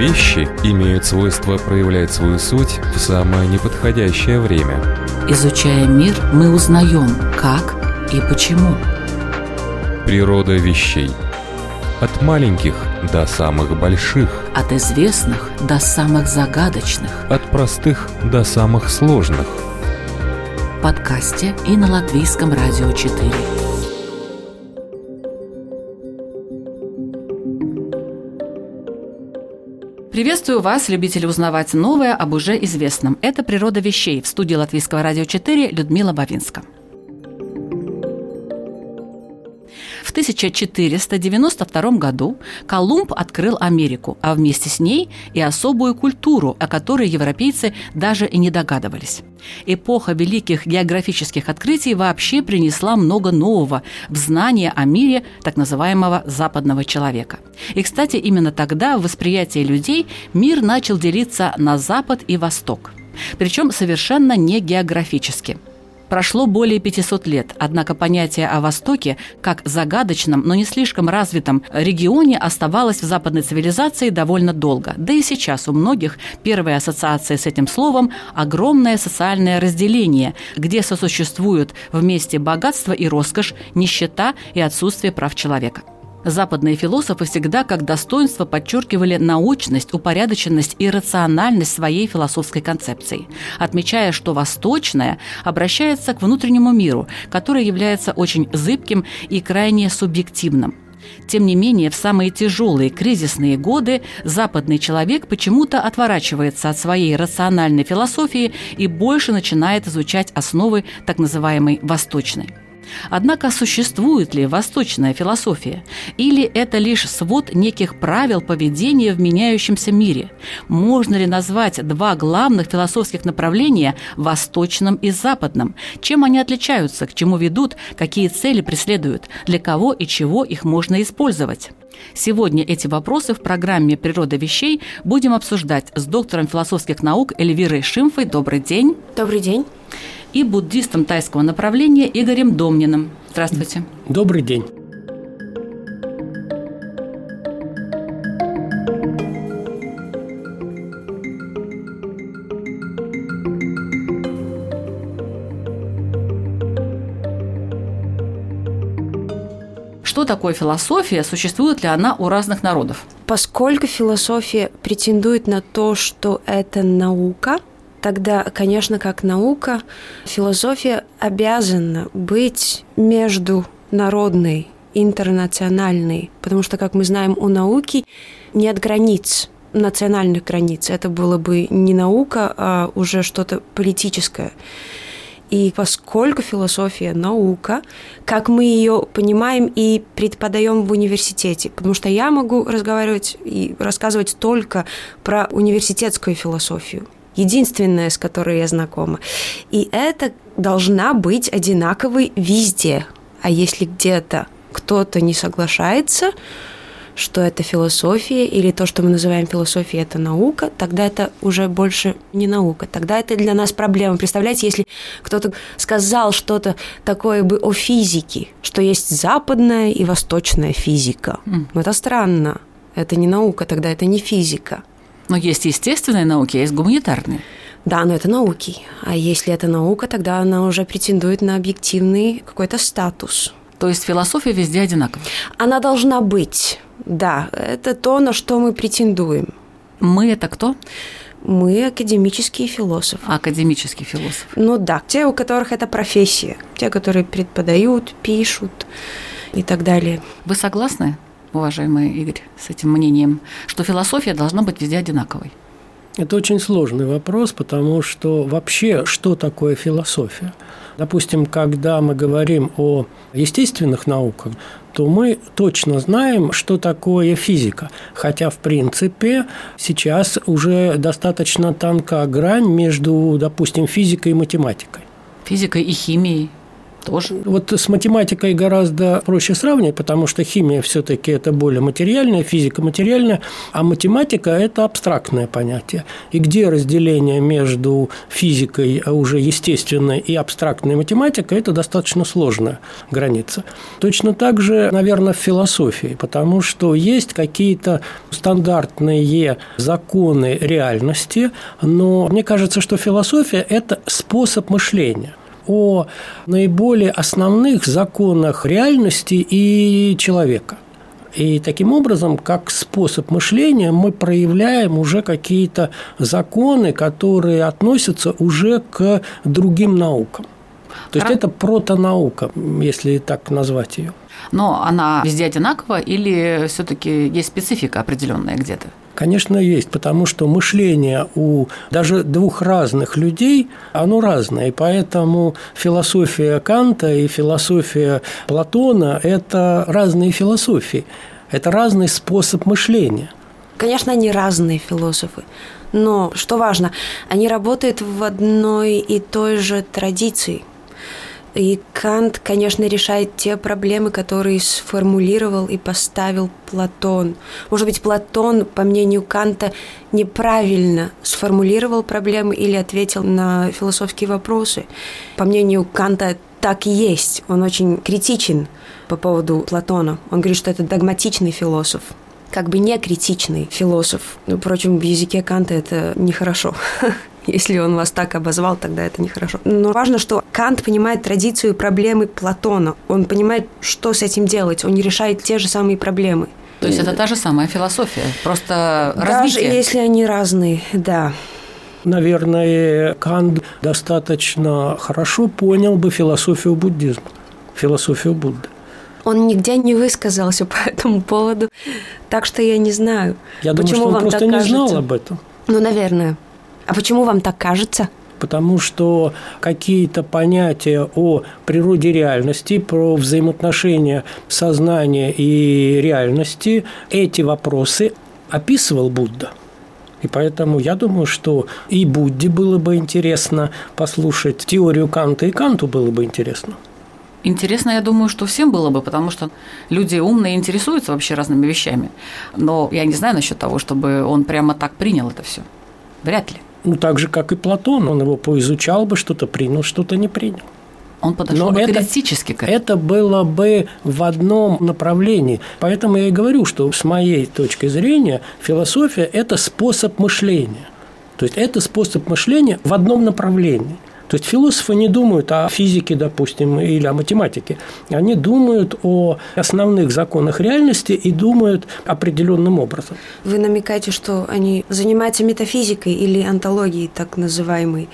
Вещи имеют свойство проявлять свою суть в самое неподходящее время. Изучая мир, мы узнаем, как и почему. Природа вещей. От маленьких до самых больших. От известных до самых загадочных. От простых до самых сложных. В подкасте и на Латвийском радио 4. Приветствую вас, любители узнавать новое об уже известном. Это «Природа вещей». В студии Латвийского радио 4 Людмила Бавинска. В 1492 году Колумб открыл Америку, а вместе с ней и особую культуру, о которой европейцы даже и не догадывались. Эпоха великих географических открытий вообще принесла много нового в знание о мире так называемого западного человека. И, кстати, именно тогда в восприятии людей мир начал делиться на Запад и Восток. Причем совершенно не географически. Прошло более 500 лет, однако понятие о Востоке как загадочном, но не слишком развитом регионе оставалось в западной цивилизации довольно долго. Да и сейчас у многих первая ассоциация с этим словом – огромное социальное разделение, где сосуществуют вместе богатство и роскошь, нищета и отсутствие прав человека. Западные философы всегда как достоинство подчеркивали научность, упорядоченность и рациональность своей философской концепции, отмечая, что восточное обращается к внутреннему миру, который является очень зыбким и крайне субъективным. Тем не менее, в самые тяжелые кризисные годы западный человек почему-то отворачивается от своей рациональной философии и больше начинает изучать основы так называемой восточной. Однако существует ли восточная философия? Или это лишь свод неких правил поведения в меняющемся мире? Можно ли назвать два главных философских направления восточным и западным? Чем они отличаются, к чему ведут, какие цели преследуют, для кого и чего их можно использовать? Сегодня эти вопросы в программе «Природа вещей» будем обсуждать с доктором философских наук Эльвирой Шимфой. Добрый день. Добрый день. И буддистом тайского направления Игорем Домниным. Здравствуйте. Добрый день. Что такое философия? Существует ли она у разных народов? Поскольку философия претендует на то, что это наука, тогда, конечно, как наука, философия обязана быть международной, интернациональной, потому что, как мы знаем, у науки нет границ, национальных границ. Это было бы не наука, а уже что-то политическое. И поскольку философия – наука, как мы ее понимаем и преподаем в университете, потому что я могу разговаривать и рассказывать только про университетскую философию, единственная, с которой я знакома. И это должна быть одинаковой везде. А если где-то кто-то не соглашается, что это философия, или то, что мы называем философией, это наука, тогда это уже больше не наука. Тогда это для нас проблема. Представляете, если кто-то сказал что-то такое бы о физике, что есть западная и восточная физика. Это странно. Это не наука, тогда это не физика. Но есть естественные науки, а есть гуманитарные. Да, но это науки. А если это наука, тогда она уже претендует на объективный какой-то статус. То есть философия везде одинакова? Она должна быть, да. Это то, на что мы претендуем. Мы – это кто? Мы академические философы. Академические философы. Ну да, те, у которых это профессия. Те, которые преподают, пишут и так далее. Вы согласны, уважаемый Игорь, с этим мнением, что философия должна быть везде одинаковой? Это очень сложный вопрос, потому что вообще, что такое философия? Допустим, когда мы говорим о естественных науках, то мы точно знаем, что такое физика. Хотя, в принципе, сейчас уже достаточно тонка грань между, допустим, физикой и математикой. Физикой и химией. Тоже. Вот с математикой гораздо проще сравнивать, потому что химия все-таки это более материальная, физика материальная, а математика – это абстрактное понятие. И где разделение между физикой уже естественной и абстрактной математикой – это достаточно сложная граница. Точно так же, наверное, в философии, потому что есть какие-то стандартные законы реальности, но мне кажется, что философия – это способ мышления о наиболее основных законах реальности и человека. И таким образом, как способ мышления, мы проявляем уже какие-то законы, которые относятся уже к другим наукам. То есть это протонаука, если так назвать ее. Но она везде одинакова или все-таки есть специфика определенная где-то? Конечно, есть, потому что мышление у даже двух разных людей, оно разное, и поэтому философия Канта и философия Платона – это разные философии, это разный способ мышления. Конечно, они разные философы, но, что важно, они работают в одной и той же традиции. И Кант, конечно, решает те проблемы, которые сформулировал и поставил Платон. Может быть, Платон, по мнению Канта, неправильно сформулировал проблемы или ответил на философские вопросы. По мнению Канта, так и есть. Он очень критичен по поводу Платона. Он говорит, что это догматичный философ. Как бы не критичный философ. Но, впрочем, в языке Канта это нехорошо. Если он вас так обозвал, тогда это нехорошо. Но важно, что Кант понимает традицию и проблемы Платона. Он понимает, что с этим делать. Он решает те же самые проблемы. То есть это та же самая философия, просто развитие. Даже если они разные, да. Наверное, Кант достаточно хорошо понял бы философию буддизма, философию Будды. Он нигде не высказался по этому поводу, так что я не знаю. Я думаю, что он просто не знал об этом. Ну, наверное. А почему вам так кажется? Потому что какие-то понятия о природе реальности, про взаимоотношения сознания и реальности, эти вопросы описывал Будда. И поэтому я думаю, что и Будде было бы интересно послушать теорию Канта, и Канту было бы интересно. Интересно, я думаю, что всем было бы, потому что люди умные интересуются вообще разными вещами. Но я не знаю насчет того, чтобы он прямо так принял это все. Вряд ли. Ну, так же, как и Платон. Он его поизучал бы, что-то принял, что-то не принял. Он подошел бы критически к этому. Это было бы в одном направлении. Поэтому я и говорю, что с моей точки зрения философия – это способ мышления. То есть это способ мышления в одном направлении. То есть философы не думают о физике, допустим, или о математике. Они думают о основных законах реальности и думают определенным образом. Вы намекаете, что они занимаются метафизикой или онтологией, так называемой.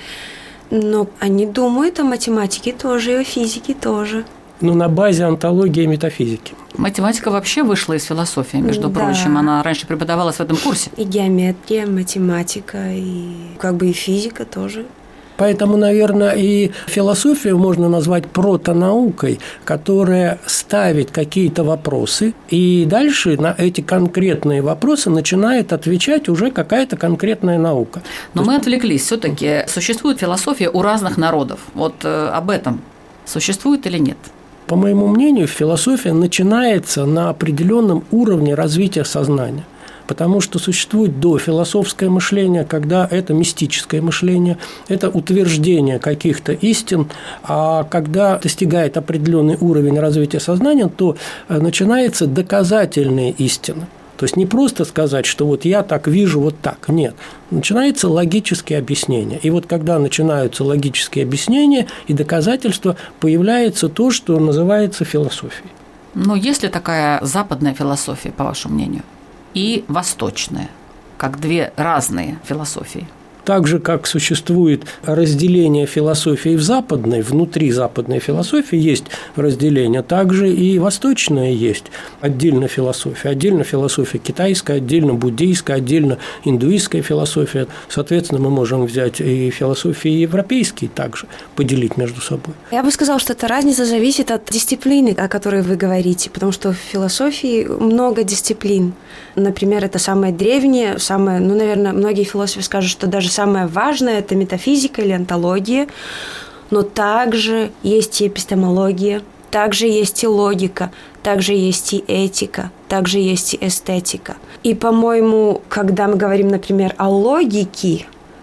Но они думают о математике тоже, и о физике тоже. Ну, на базе онтологии и метафизики. Математика вообще вышла из философии, между прочим. Она раньше преподавалась в этом курсе. И геометрия, математика, и как бы и физика тоже. Поэтому, наверное, и философию можно назвать протонаукой, которая ставит какие-то вопросы, и дальше на эти конкретные вопросы начинает отвечать уже какая-то конкретная наука. Но мы отвлеклись. Все-таки существует философия у разных народов. Вот об этом существует или нет? По моему мнению, философия начинается на определенном уровне развития сознания. Потому что существует дофилософское мышление, когда это мистическое мышление, это утверждение каких-то истин, а когда достигает определенный уровень развития сознания, то начинается доказательные истины. То есть не просто сказать, что вот я так вижу, вот так. Нет. Начинается логические объяснения. И вот когда начинаются логические объяснения и доказательства, появляется то, что называется философией. Но есть ли такая западная философия, по вашему мнению? И восточная, как две разные философии? Так же, как существует разделение философии в западной, внутри западной философии есть разделение, также и восточная есть отдельно философия китайская, отдельно буддийская, отдельно индуистская философия. Соответственно, мы можем взять и философии европейские также, поделить между собой. Я бы сказала, что эта разница зависит от дисциплины, о которой вы говорите, потому что в философии много дисциплин. Например, это самое древнее, наверное, многие философы скажут, что даже самое важное – это метафизика или онтология. Но также есть и эпистемология, также есть и логика, также есть и этика, также есть и эстетика. И, по-моему, когда мы говорим, например, о логике,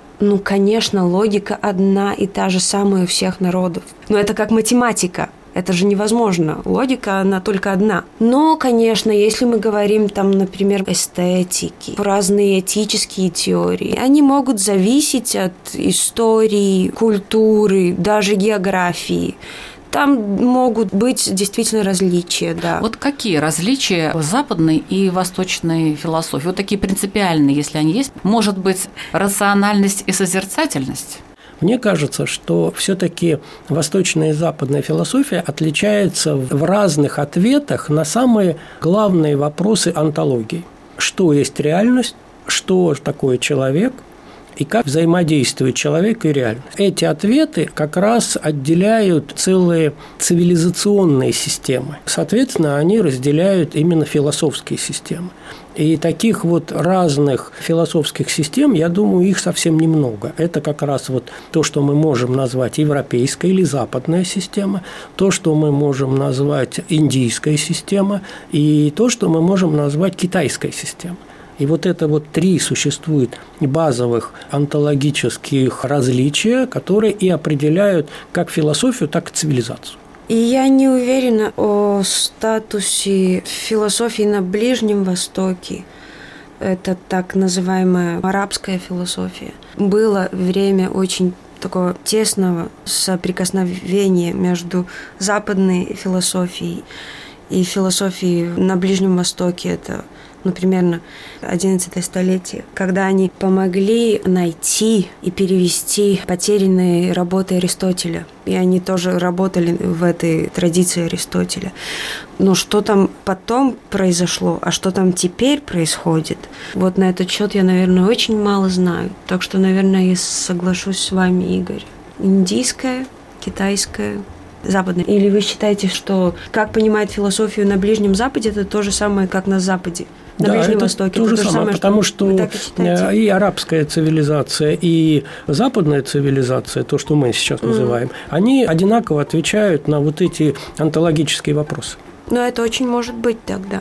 конечно, логика одна и та же самая у всех народов. Но это как математика. Это же невозможно. Логика, она только одна. Но, конечно, если мы говорим, например, эстетики, разные этические теории, они могут зависеть от истории, культуры, даже географии. Там могут быть действительно различия, да. Вот какие различия в западной и восточной философии? Вот такие принципиальные, если они есть. Может быть, рациональность и созерцательность? Мне кажется, что все-таки восточная и западная философия отличаются в разных ответах на самые главные вопросы онтологии. Что есть реальность, что такое человек и как взаимодействует человек и реальность. Эти ответы как раз отделяют целые цивилизационные системы. Соответственно, они разделяют именно философские системы. И таких разных философских систем, я думаю, их совсем немного. Это как раз то, что мы можем назвать европейская или западная система, то, что мы можем назвать индийская система, и то, что мы можем назвать китайская система. И это три существует базовых онтологических различия, которые и определяют как философию, так и цивилизацию. И я не уверена о статусе философии на Ближнем Востоке. Это так называемая арабская философия. Было время очень такого тесного соприкосновения между западной философией и философией на Ближнем Востоке. Это примерно 11 столетие, когда они помогли найти и перевести потерянные работы Аристотеля. И они тоже работали в этой традиции Аристотеля. Но что там потом произошло, а что там теперь происходит, на этот счет я, наверное, очень мало знаю. Так что, наверное, я соглашусь с вами, Игорь. Индийская, китайская, западная. Или вы считаете, что как понимает философию на Ближнем Западе, это то же самое, как на Западе? На Ближнем Востоке. То же самое, потому что и арабская цивилизация, и западная цивилизация, то, что мы сейчас называем, они одинаково отвечают на эти онтологические вопросы. Но это очень может быть тогда.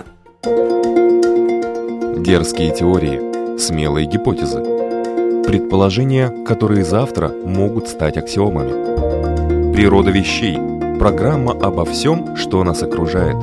Дерзкие теории, смелые гипотезы, предположения, которые завтра могут стать аксиомами. Природа вещей. Программа обо всем, что нас окружает.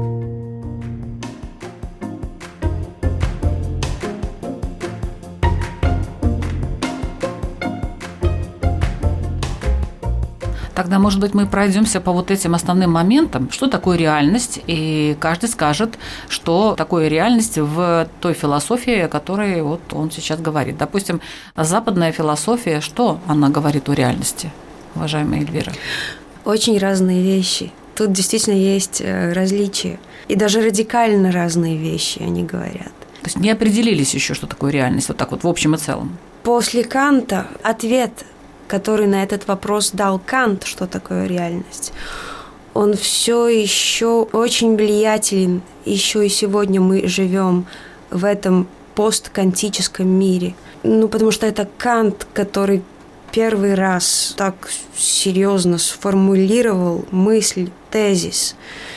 Тогда, может быть, мы пройдемся по этим основным моментам, что такое реальность, и каждый скажет, что такое реальность в той философии, о которой он сейчас говорит. Допустим, западная философия, что она говорит о реальности, уважаемая Эльвира? Очень разные вещи. Тут действительно есть различия. И даже радикально разные вещи они говорят. То есть не определились еще, что такое реальность, в общем и целом? После Канта ответ, который на этот вопрос дал Кант, что такое реальность, он все еще очень влиятелен. Еще и сегодня мы живем в этом посткантическом мире. Потому что это Кант, который первый раз так серьезно сформулировал мысль, тезис,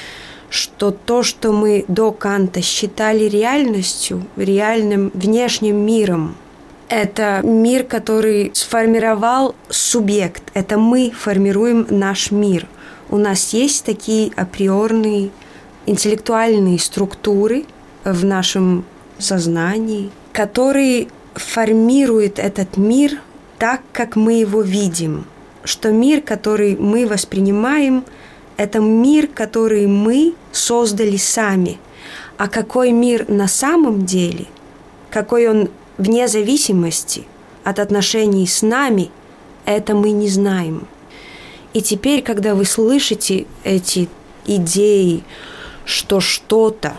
что то, что мы до Канта считали реальностью, реальным внешним миром, это мир, который сформировал субъект. Это мы формируем наш мир. У нас есть такие априорные интеллектуальные структуры в нашем сознании, которые формируют этот мир так, как мы его видим. Что мир, который мы воспринимаем, это мир, который мы создали сами. А какой мир на самом деле, какой он вне зависимости от отношений с нами, это мы не знаем. И теперь, когда вы слышите эти идеи, что что-то,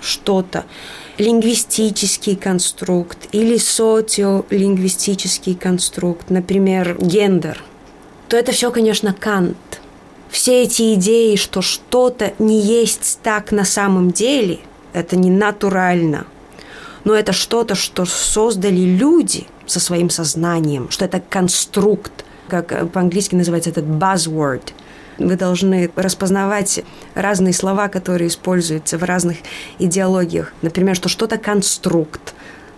лингвистический конструкт или социолингвистический конструкт, например, гендер, то это все, конечно, Кант. Все эти идеи, что что-то не есть так на самом деле, это не натурально, но это что-то, что создали люди со своим сознанием, что это конструкт, как по-английски называется этот buzzword, Вы должны распознавать разные слова, которые используются в разных идеологиях. Например, что что-то конструкт,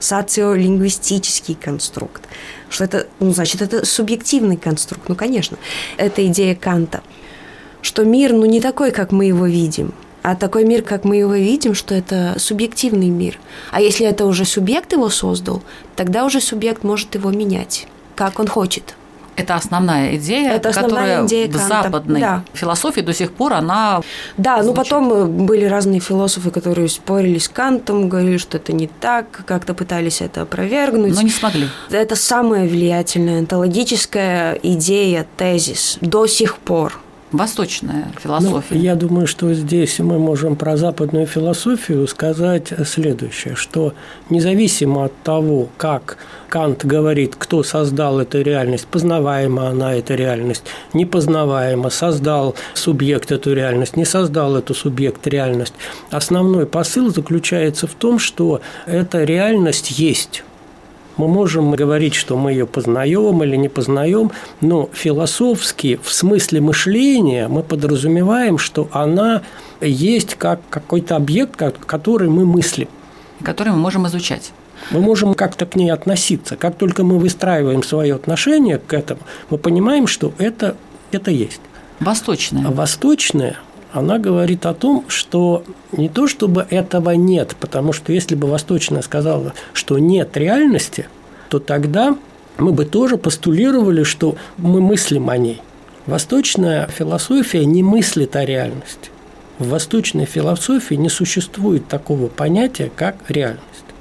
социолингвистический конструкт, что это, значит, это субъективный конструкт. Конечно, это идея Канта, что мир, не такой, как мы его видим, а такой мир, как мы его видим, что это субъективный мир. А если это уже субъект его создал, тогда уже субъект может его менять, как он хочет. Это основная идея, которая в западной философии до сих пор она... Да, потом были разные философы, которые спорили с Кантом, говорили, что это не так, как-то пытались это опровергнуть. Но не смогли. Это самая влиятельная онтологическая идея, тезис до сих пор. Восточная философия. Я думаю, что здесь мы можем про западную философию сказать следующее, что независимо от того, как Кант говорит, кто создал эту реальность, познаваема она, эта реальность, непознаваема, создал субъект эту реальность, не создал эту субъект реальность, основной посыл заключается в том, что эта реальность есть. Мы можем говорить, что мы ее познаем или не познаем, но философски, в смысле мышления, мы подразумеваем, что она есть как какой-то объект, который мы мыслим. Который мы можем изучать. Мы можем как-то к ней относиться. Как только мы выстраиваем свое отношение к этому, мы понимаем, что это есть. Восточная. А восточная, она говорит о том, что не то чтобы этого нет, потому что если бы восточная сказала, что нет реальности, то тогда мы бы тоже постулировали, что мы мыслим о ней. Восточная философия не мыслит о реальности. В восточной философии не существует такого понятия, как реальность.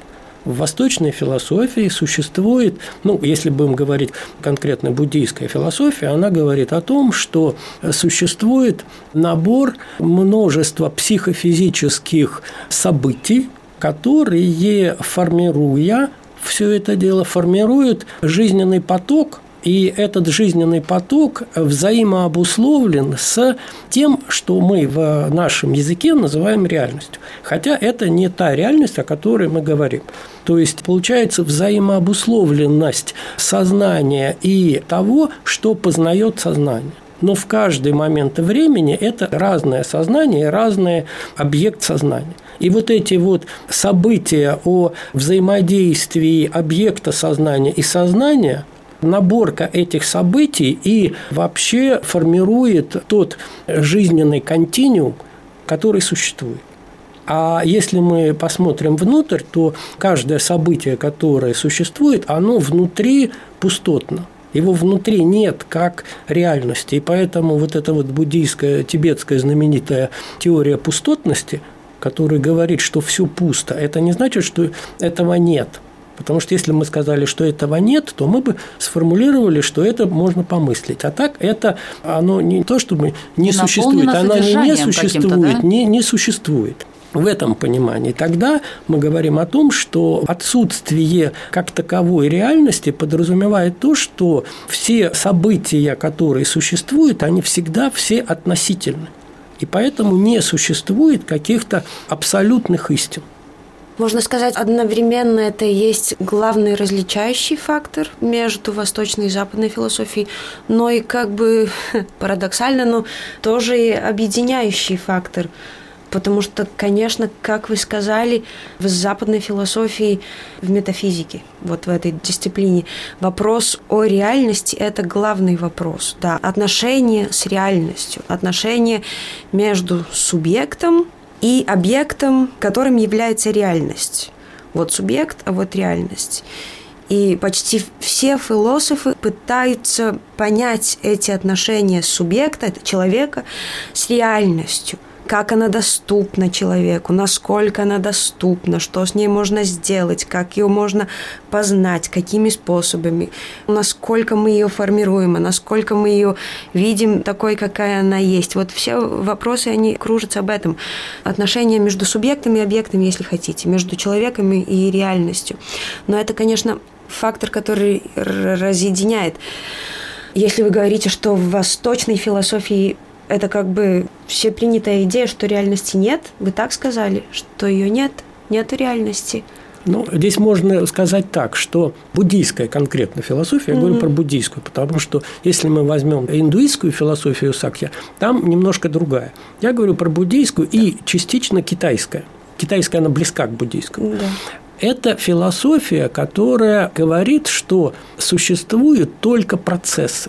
В восточной философии существует, если будем говорить конкретно буддийская философия, она говорит о том, что существует набор множества психофизических событий, которые, формируя все это дело, формируют жизненный поток, и этот жизненный поток взаимообусловлен с тем, что мы в нашем языке называем реальностью. Хотя это не та реальность, о которой мы говорим. То есть, получается взаимообусловленность сознания и того, что познает сознание. Но в каждый момент времени это разное сознание и разный объект сознания. И вот эти события о взаимодействии объекта сознания и сознания, наборка этих событий и вообще формирует тот жизненный континуум, который существует. А если мы посмотрим внутрь, то каждое событие, которое существует, оно внутри пустотно. Его внутри нет как реальности. И поэтому эта буддийская, тибетская знаменитая теория пустотности, которая говорит, что все пусто, это не значит, что этого нет. Потому что если мы сказали, что этого нет, то мы бы сформулировали, что это можно помыслить. А так оно не то, чтобы не существует, оно не существует, да? не существует. В этом понимании тогда мы говорим о том, что отсутствие как таковой реальности подразумевает то, что все события, которые существуют, они всегда все относительны. И поэтому не существует каких-то абсолютных истин. Можно сказать, одновременно это и есть главный различающий фактор между восточной и западной философией, но и парадоксально, но тоже и объединяющий фактор. Потому что, конечно, как вы сказали, в западной философии, в метафизике, в этой дисциплине, вопрос о реальности – это главный вопрос. Да, отношение с реальностью, отношение между субъектом и объектом, которым является реальность. Субъект, а реальность. И почти все философы пытаются понять эти отношения субъекта, человека, с реальностью. Как она доступна человеку, насколько она доступна, что с ней можно сделать, как ее можно познать, какими способами, насколько мы ее формируем, насколько мы ее видим такой, какая она есть. Все вопросы, они кружатся об этом. Отношения между субъектом и объектом, если хотите, между человеком и реальностью. Но это, конечно, фактор, который разъединяет. Если вы говорите, что в восточной философии это всепринятая идея, что реальности нет. Вы так сказали, что ее нет, нету реальности. Здесь можно сказать так, что буддийская конкретно философия, я говорю про буддийскую, потому что если мы возьмем индуистскую философию Сакья, там немножко другая. Я говорю про буддийскую и частично китайская. Китайская, она близка к буддийской. Да. Это философия, которая говорит, что существуют только процессы.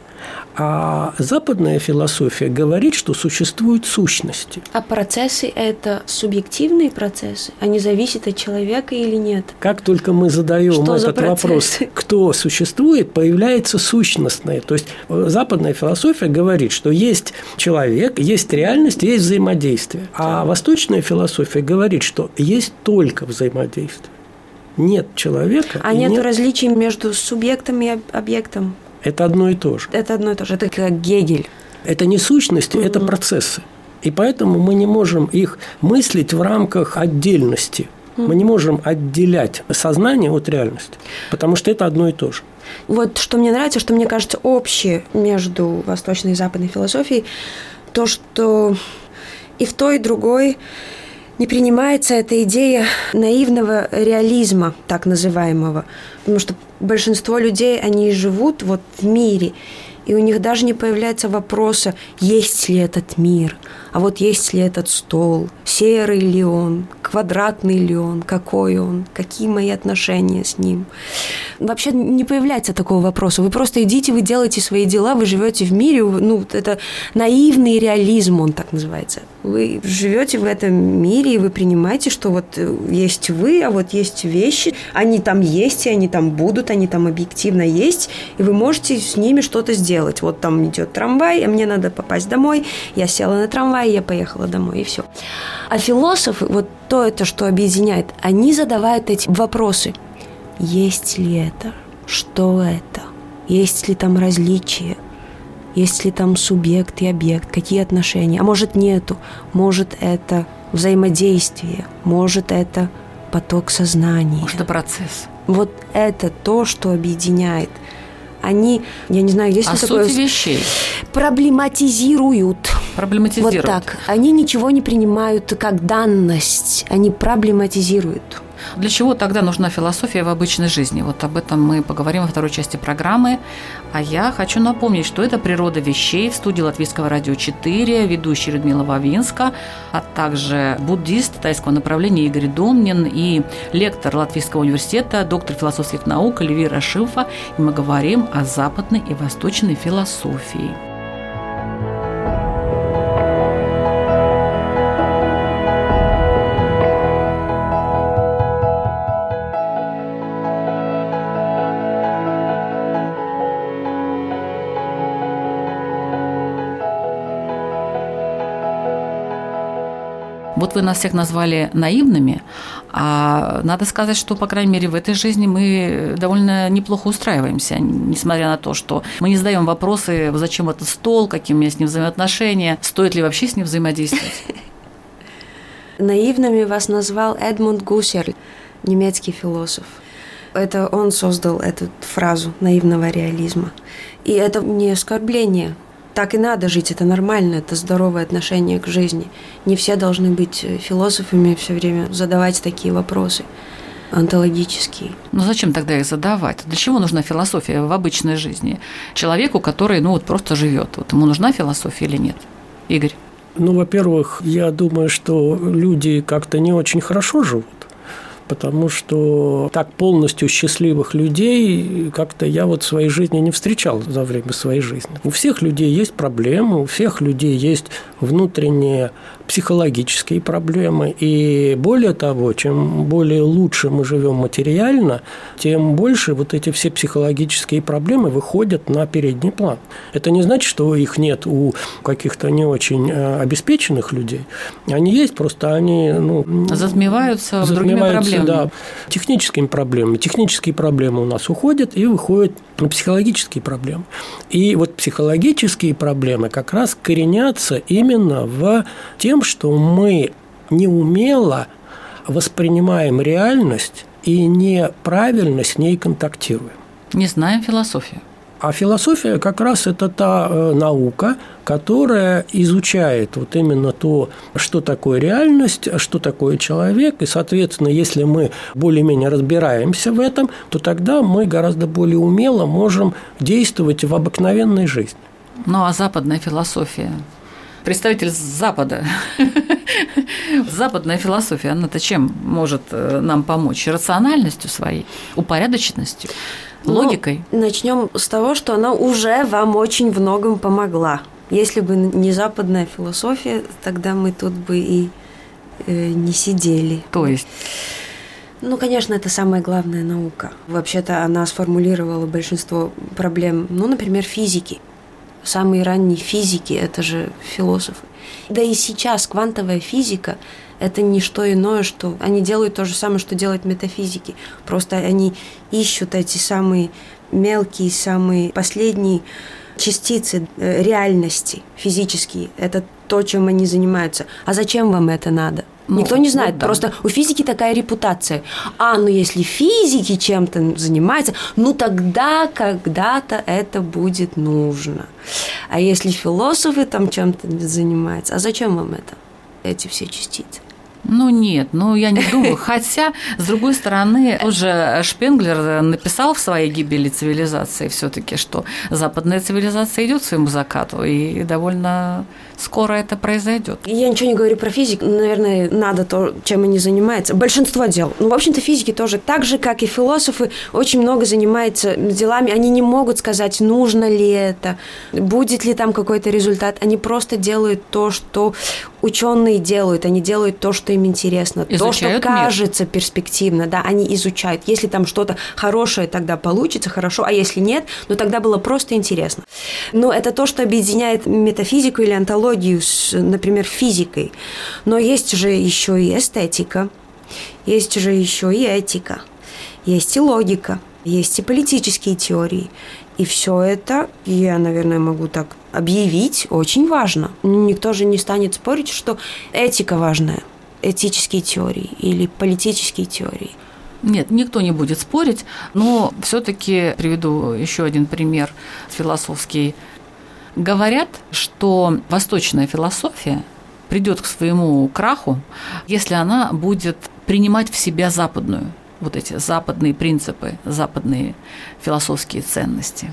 А западная философия говорит, что существуют сущности. А процессы – это субъективные процессы? Они зависят от человека или нет? Как только мы задаем этот вопрос, кто существует, появляется сущностное. То есть западная философия говорит, что есть человек, есть реальность, есть взаимодействие. А восточная философия говорит, что есть только взаимодействие. Нет человека. А нет различий между субъектом и объектом? Это одно и то же. Это одно и то же. Это как Гегель. Это не сущности, это процессы. И поэтому мы не можем их мыслить в рамках отдельности. Мы не можем отделять сознание от реальности, потому что это одно и то же. Вот что мне нравится, что мне кажется общее между восточной и западной философией, то, что и в той, и другой не принимается эта идея наивного реализма, так называемого. Потому что большинство людей, они живут вот в мире, и у них даже не появляется вопроса, есть ли этот мир, а вот есть ли этот стол, серый ли он, квадратный ли он, какой он, какие мои отношения с ним. Вообще не появляется такого вопроса. Вы просто идите, вы делаете свои дела, вы живете в мире, это наивный реализм, он так называется. Вы живете в этом мире, и вы принимаете, что вот есть вы, а вот есть вещи, они там есть, и они там будут, они там объективно есть, и вы можете с ними что-то сделать. Вот там идет трамвай, а мне надо попасть домой, я села на трамвай, я поехала домой, и все. А философы, вот это, что объединяет, они задавают эти вопросы. Есть ли это? Что это? Есть ли там различия? Есть ли там субъект и объект? Какие отношения? А может, нету? Может, это взаимодействие? Может, это поток сознания? Может, это процесс? Вот это то, что объединяет. Они, я не знаю, есть ли такое... суть вещей? Проблематизируют. Проблематизируют. Вот так. Они ничего не принимают как данность. Они проблематизируют. Для чего тогда нужна философия в обычной жизни? Вот об этом мы поговорим во второй части программы. А я хочу напомнить, что это «Природа вещей» в студии Латвийского радио 4, ведущая Людмила Вавинска, а также буддист тайского направления Игорь Домнин и лектор Латвийского университета, доктор философских наук Эльвира Шилфа. И мы говорим о западной и восточной философии. Вот вы нас всех назвали наивными, а надо сказать, что, по крайней мере, в этой жизни мы довольно неплохо устраиваемся, несмотря на то, что мы не задаем вопросы, зачем этот стол, какие у меня с ним взаимоотношения, стоит ли вообще с ним взаимодействовать. Наивными вас назвал Эдмунд Гуссерль, немецкий философ. Это он создал эту фразу наивного реализма. И это не оскорбление. Так и надо жить, это нормально, это здоровое отношение к жизни. Не все должны быть философами, все время задавать такие вопросы онтологические. Но зачем тогда их задавать? Для чего нужна философия в обычной жизни? Человеку, который просто живет, вот ему нужна философия или нет? Игорь? Во-первых, я думаю, что люди как-то не очень хорошо живут. Потому что так полностью счастливых людей как-то я в своей жизни не встречал за время своей жизни. У всех людей есть проблемы, у всех людей есть внутренние психологические проблемы. И более того, чем более лучше мы живем материально, тем больше эти все психологические проблемы выходят на передний план. Это не значит, что их нет у каких-то не очень обеспеченных людей. Они есть, просто они затмеваются другими проблемами. Да, техническими проблемами. Технические проблемы у нас уходят и выходят на психологические проблемы. И психологические проблемы как раз коренятся именно в тем, что мы неумело воспринимаем реальность и неправильно с ней контактируем. Не знаем философию. А философия как раз это та наука, которая изучает вот именно то, что такое реальность, что такое человек. И, соответственно, если мы более-менее разбираемся в этом, то тогда мы гораздо более умело можем действовать в обыкновенной жизни. Ну, а западная философия? Представитель Запада. Западная философия, она-то чем может нам помочь? Рациональностью своей, упорядоченностью, логикой? Начнем с того, что она уже вам очень в многом помогла. Если бы не западная философия, тогда мы тут бы и не сидели. То есть? Ну, конечно, это самая главная наука. Вообще-то она сформулировала большинство проблем, например, физики. Самые ранние физики – это же философы. Да и сейчас квантовая физика – это не что иное, что они делают то же самое, что делают метафизики. Просто они ищут эти самые мелкие, самые последние частицы реальности физические. Это то, чем они занимаются. А зачем вам это надо? Никто не знает. Вот да. Просто у физики такая репутация. Если физики чем-то занимаются, тогда когда-то это будет нужно. А если философы там чем-то занимаются, а зачем вам это? Эти все частицы. Нет, я не думаю. Хотя, с другой стороны, уже Шпенглер написал в своей «Гибели цивилизации» все-таки, что западная цивилизация идет к своему закату, и довольно скоро это произойдет. Я ничего не говорю про физику, наверное, надо то, чем они занимаются. Большинство дел. В общем-то, физики тоже, так же, как и философы, очень много занимаются делами. Они не могут сказать, нужно ли это, будет ли там какой-то результат. Они просто делают то, что ученые делают. Они делают то, что им интересно. Изучают то, что кажется перспективно. Да, они изучают. Если там что-то хорошее, тогда получится хорошо, а если нет, тогда было просто интересно. Это то, что объединяет метафизику или онтологию с, например, физикой. Но есть же еще и эстетика, есть же еще и этика, есть и логика, есть и политические теории. И все это, я, наверное, могу так объявить, очень важно. Никто же не станет спорить, что этика важная, этические теории или политические теории. Нет, никто не будет спорить, но все-таки приведу еще один пример философский. Говорят, что восточная философия придет к своему краху, если она будет принимать в себя западную, вот эти западные принципы, западные философские ценности.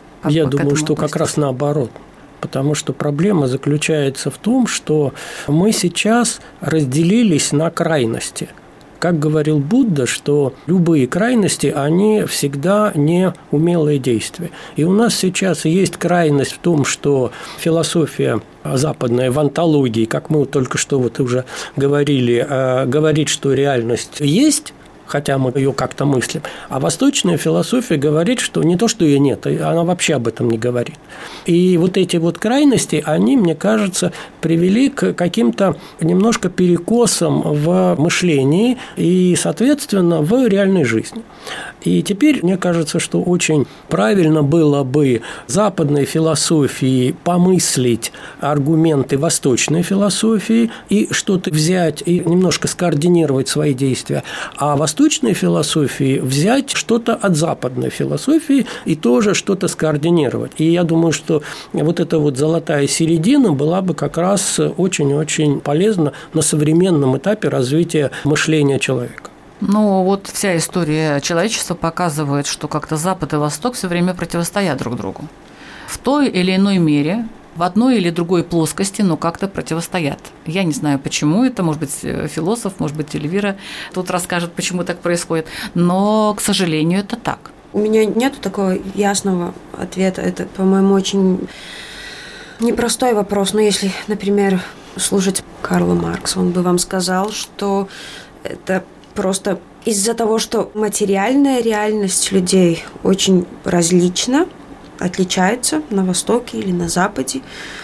Я думаю, что как раз наоборот. Потому что проблема заключается в том, что мы сейчас разделились на крайности. Как говорил Будда, что любые крайности, они всегда неумелые действия. И у нас сейчас есть крайность в том, что философия западная в онтологии, как мы только что уже говорили, говорит, что реальность есть, хотя мы ее как-то мыслим. А восточная философия говорит, что не то, что ее нет, она вообще об этом не говорит. И вот эти крайности, они, мне кажется, привели к каким-то немножко перекосам в мышлении и, соответственно, в реальной жизни. И теперь, мне кажется, что очень правильно было бы западной философии помыслить аргументы восточной философии и что-то взять и немножко скоординировать свои действия, а восточной философии взять что-то от западной философии и тоже что-то скоординировать. И я думаю, что вот эта золотая середина была бы как раз очень-очень полезна на современном этапе развития мышления человека. Вся история человечества показывает, что как-то Запад и Восток все время противостоят друг другу. В той или иной мере, в одной или другой плоскости, но как-то противостоят. Я не знаю, почему это, может быть, философ, может быть, Эльвира тут расскажет, почему так происходит, но, к сожалению, это так. У меня нет такого ясного ответа. Это, по-моему, очень непростой вопрос. Но если, например, слушать Карла Маркса, он бы вам сказал, что это просто из-за того, что материальная реальность людей очень различна, отличается на Востоке или на Западе,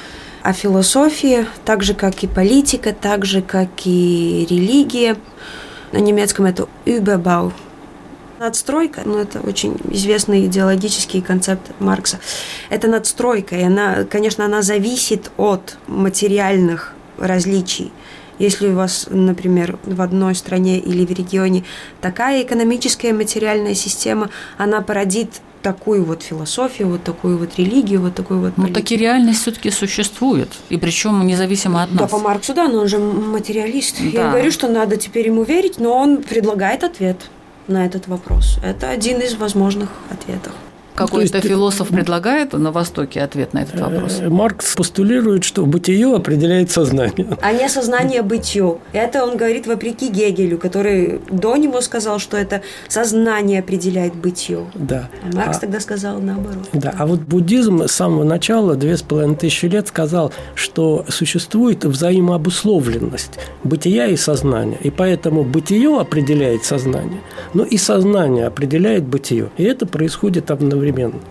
а философия, так же, как и политика, так же, как и религия, на немецком это Überbau, надстройка, это очень известный идеологический концепт Маркса, это надстройка, и она, конечно, она зависит от материальных различий. Если у вас, например, в одной стране или в регионе такая экономическая материальная система, она породит такую вот философию, вот такую вот религию, вот такую вот политику. Ну, таки реальность все-таки существует, и причем независимо от нас. Да, по Марксу, да, но он же материалист. Да. Я говорю, что надо теперь ему верить, но он предлагает ответ на этот вопрос. Это один из возможных ответов. Какой-то философ предлагает на Востоке ответ на этот вопрос? Маркс постулирует, что бытие определяет сознание. А не сознание бытию. Это он говорит вопреки Гегелю, который до него сказал, что это сознание определяет бытие. Да. А Маркс тогда сказал наоборот. Да. А вот буддизм с самого начала, 2500 лет, сказал, что существует взаимообусловленность бытия и сознания. И поэтому бытие определяет сознание, но и сознание определяет бытие. И это происходит одновременно.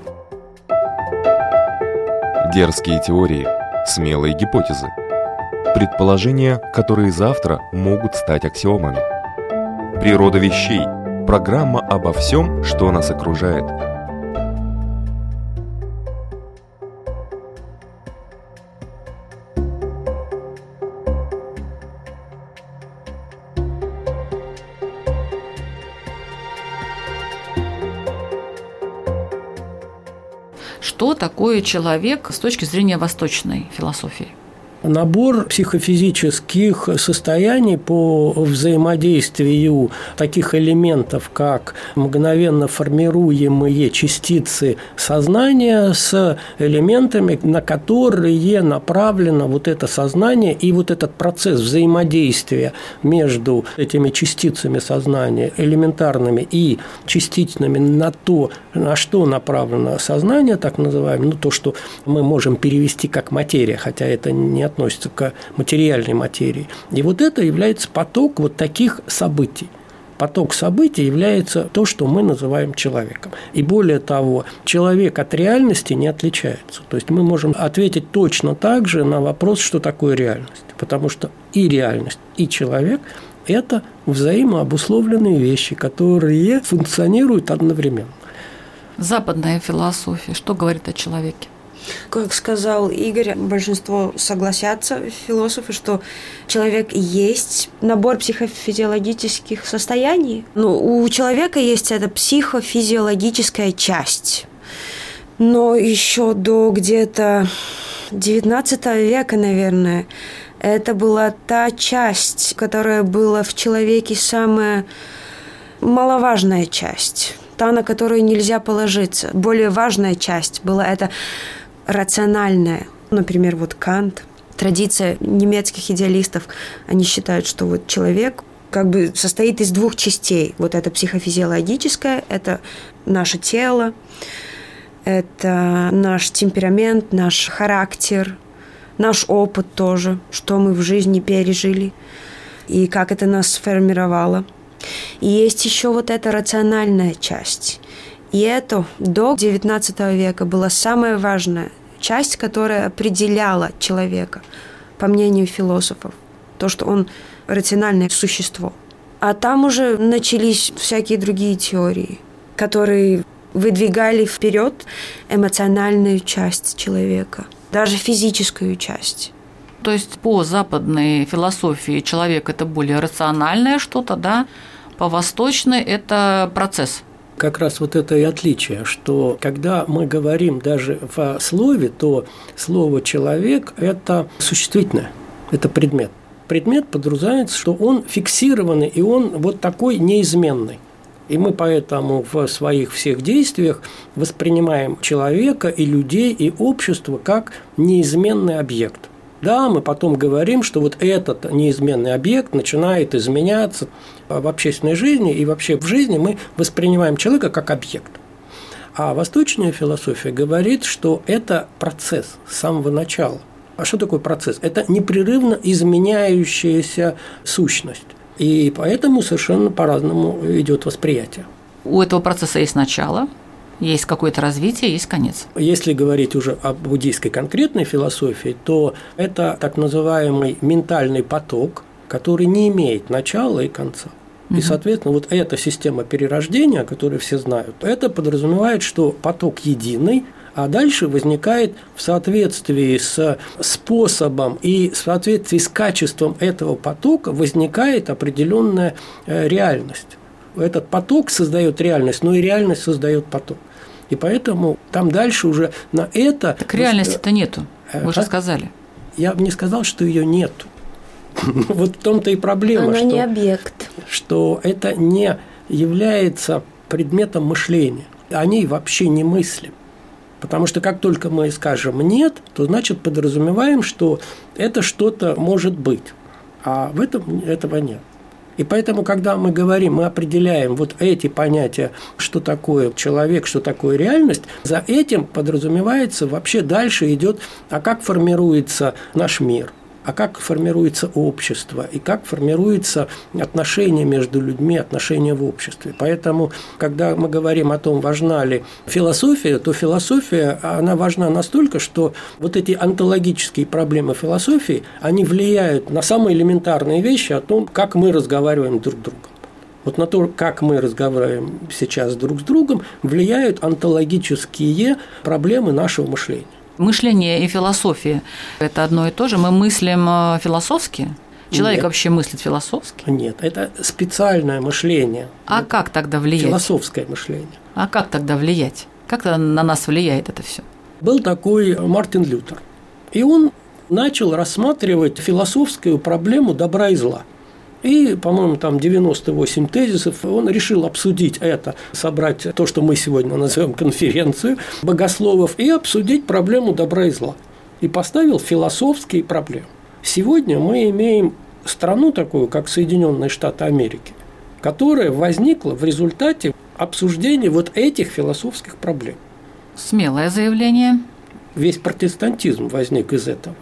Дерзкие теории, смелые гипотезы. Предположения, которые завтра могут стать аксиомами. Природа вещей. Программа обо всем, что нас окружает. Что такое человек с точки зрения восточной философии? Набор психофизических состояний по взаимодействию таких элементов, как мгновенно формируемые частицы сознания с элементами, на которые направлено вот это сознание и вот этот процесс взаимодействия между этими частицами сознания, элементарными и частичными, на то, на что направлено сознание, так называемое, ну, то, что мы можем перевести как материя, хотя это не относится к материальной материи. И вот это является поток вот таких событий. Поток событий является то, что мы называем человеком. И более того, человек от реальности не отличается. То есть мы можем ответить точно так же на вопрос, что такое реальность. Потому что и реальность, и человек – это взаимообусловленные вещи, которые функционируют одновременно. Западная философия что говорит о человеке? Как сказал Игорь, большинство согласятся, философы, что человек есть набор психофизиологических состояний. Ну, у человека есть эта психофизиологическая часть. Но еще до где-то XIX века, наверное, это была та часть, которая была в человеке самая маловажная часть, та, на которую нельзя положиться. Более важная часть была это рациональная. Например, вот Кант, традиция немецких идеалистов, они считают, что вот человек как бы состоит из двух частей. Вот это психофизиологическое, это наше тело, это наш темперамент, наш характер, наш опыт тоже, что мы в жизни пережили и как это нас сформировало. И есть еще вот эта рациональная часть. И это до XIX века была самая важная часть, которая определяла человека, по мнению философов, то, что он рациональное существо. А там уже начались всякие другие теории, которые выдвигали вперед эмоциональную часть человека, даже физическую часть. То есть по западной философии человек – это более рациональное что-то, да? По восточной – это процесс. Как раз вот это и отличие, что когда мы говорим даже в слове, то слово «человек» – это существительное, это предмет. Предмет подразумевается, что он фиксированный, и он вот такой неизменный. И мы поэтому в своих всех действиях воспринимаем человека и людей, и общество как неизменный объект. Да, мы потом говорим, что вот этот неизменный объект начинает изменяться в общественной жизни, и вообще в жизни мы воспринимаем человека как объект. А восточная философия говорит, что это процесс с самого начала. А что такое процесс? Это непрерывно изменяющаяся сущность. И поэтому совершенно по-разному идет восприятие. У этого процесса есть начало, есть какое-то развитие, есть конец. Если говорить уже о буддийской конкретной философии, то это так называемый ментальный поток, который не имеет начала и конца. И, соответственно, вот эта система перерождения, которую все знают, это подразумевает, что поток единый, а дальше возникает в соответствии с способом и в соответствии с качеством этого потока возникает определенная реальность. Этот поток создает реальность, но и реальность создает поток. И поэтому там дальше уже на это… Так реальности-то нету, вы же сказали. Я бы не сказал, что ее нету. Вот в том-то и проблема. Она не объект. Что это не является предметом мышления. О ней вообще не мыслим. Потому что как только мы скажем «нет», то значит подразумеваем, что это что-то может быть. А в этом этого нет. И поэтому, когда мы говорим, мы определяем вот эти понятия, что такое человек, что такое реальность, за этим подразумевается вообще дальше идет, а как формируется наш мир, а как формируется общество, и как формируются отношения между людьми, отношения в обществе. Поэтому, когда мы говорим о том, важна ли философия, то философия, она важна настолько, что вот эти онтологические проблемы философии, они влияют на самые элементарные вещи о том, как мы разговариваем друг с другом. Вот на то, как мы разговариваем сейчас друг с другом, влияют онтологические проблемы нашего мышления. Мышление и философия – это одно и то же. Мы мыслим философски? Человек Нет. Вообще мыслит философски? Нет, это специальное мышление. А это как тогда влиять? Философское мышление. А как тогда влиять? Как на нас влияет это все? Был такой Мартин Лютер, и он начал рассматривать философскую проблему добра и зла. И, по-моему, там 98 тезисов, он решил обсудить это, собрать то, что мы сегодня называем конференцию богословов, и обсудить проблему добра и зла. И поставил философские проблемы. Сегодня мы имеем страну такую, как Соединенные Штаты Америки, которая возникла в результате обсуждения вот этих философских проблем. Смелое заявление. Весь протестантизм возник из этого.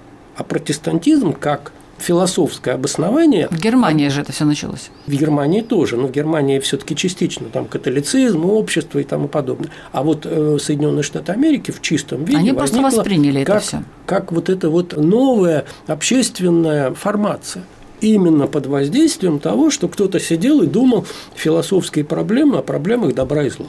А протестантизм как философское обоснование… В Германии же это все началось. В Германии тоже, но в Германии все-таки частично, там католицизм, общество и тому подобное. А вот Соединенные Штаты Америки в чистом виде они просто восприняли это все. Как вот эта вот новая общественная формация. Именно под воздействием того, что кто-то сидел и думал философские проблемы о проблемах добра и зла.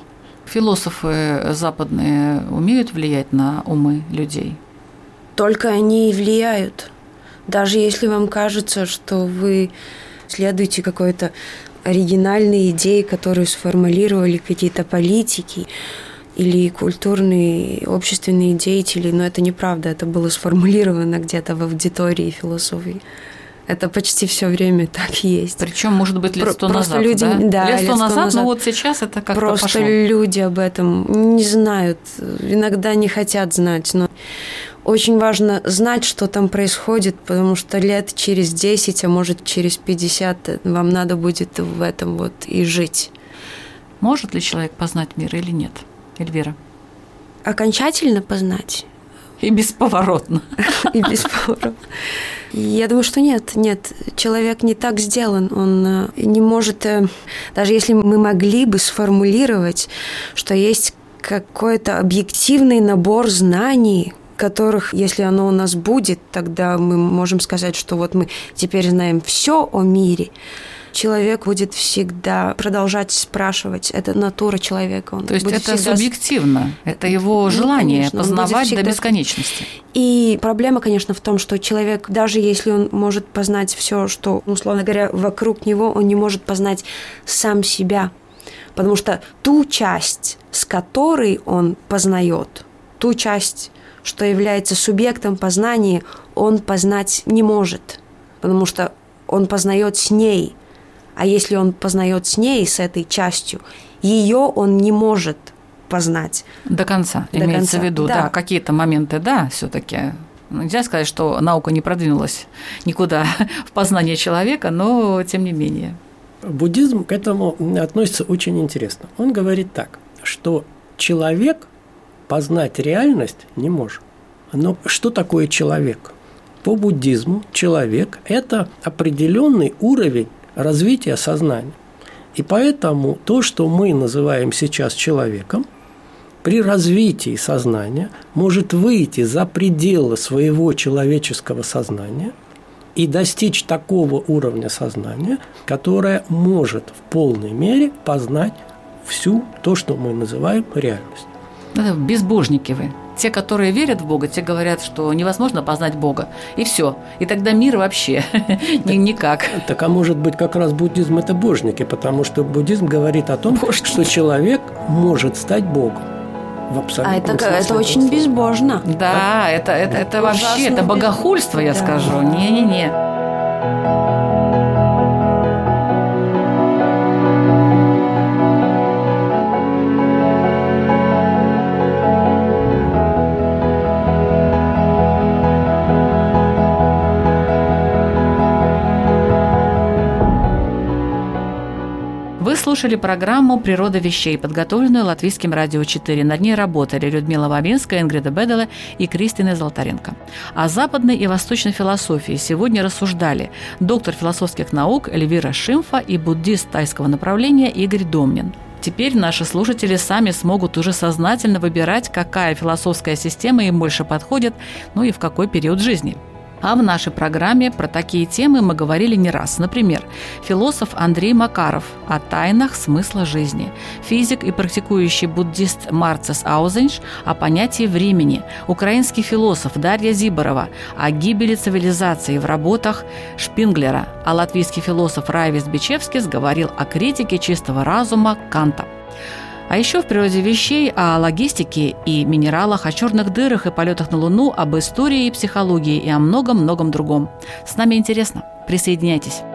Философы западные умеют влиять на умы людей? Только они и влияют. Даже если вам кажется, что вы следуете какой-то оригинальной идее, которую сформулировали какие-то политики или культурные, общественные деятели, но это неправда, это было сформулировано где-то в аудитории философии. Это почти все время так и есть. Причем, может быть, лет 100 назад, люди, да? Лет 100 назад, но вот сейчас это как-то просто пошло. люди об этом не знают, иногда не хотят знать, но очень важно знать, что там происходит, потому что лет через 10, а может через 50 вам надо будет в этом вот и жить. Может ли человек познать мир или нет, Эльвира? Окончательно познать? И бесповоротно. И бесповоротно. Я думаю, что нет. Человек не так сделан. Он не может, даже если мы могли бы сформулировать, что есть какой-то объективный набор знаний, которых, если оно у нас будет, тогда мы можем сказать, что вот мы теперь знаем все о мире. Человек будет всегда продолжать спрашивать. Это натура человека. Он То есть это всегда… субъективно, это его желание конечно, познавать всегда… до бесконечности. И проблема, конечно, в том, что человек, даже если он может познать все, что, условно говоря, вокруг него, он не может познать сам себя. Потому что ту часть, с которой он познает, ту часть, что является субъектом познания, он познать не может, потому что он познает с ней. А если он познает с ней, с этой частью, ее он не может познать. До конца, имеется в виду, да, какие-то моменты, да, все-таки. Нельзя сказать, что наука не продвинулась никуда в познание человека, но тем не менее. Буддизм к этому относится очень интересно. Он говорит так, что человек познать реальность не может. Но что такое человек? По буддизму человек – это определенный уровень развития сознания. И поэтому то, что мы называем сейчас человеком, при развитии сознания может выйти за пределы своего человеческого сознания и достичь такого уровня сознания, которое может в полной мере познать всю то, что мы называем реальность. Это безбожники вы. Те, которые верят в Бога, те говорят, что невозможно познать Бога. И все. И тогда мир вообще никак. Так, а может быть, как раз буддизм – это божники, потому что буддизм говорит о том, что человек может стать Богом. в абсолютном смысле это очень безбожно. Да, это вообще, это богохульство, я скажу. Не-не-не. Вы слушали программу «Природа вещей», подготовленную Латвийским радио 4. Над ней работали Людмила Вавинская, Ингрида Беделе и Кристина Золотаренко. О западной и восточной философии сегодня рассуждали доктор философских наук Эльвира Шимфа и буддист тайского направления Игорь Домнин. Теперь наши слушатели сами смогут уже сознательно выбирать, какая философская система им больше подходит, ну и в какой период жизни. А в нашей программе про такие темы мы говорили не раз. Например, философ Андрей Макаров о тайнах смысла жизни, физик и практикующий буддист Марцес Аузенш о понятии времени, украинский философ Дарья Зиборова о гибели цивилизации в работах Шпинглера, а латвийский философ Райвис Бичевскис говорил о критике чистого разума Канта. А еще в «Природе вещей» о логистике и минералах, о черных дырах и полетах на Луну, об истории и психологии и о многом-многом другом. С нами интересно. Присоединяйтесь.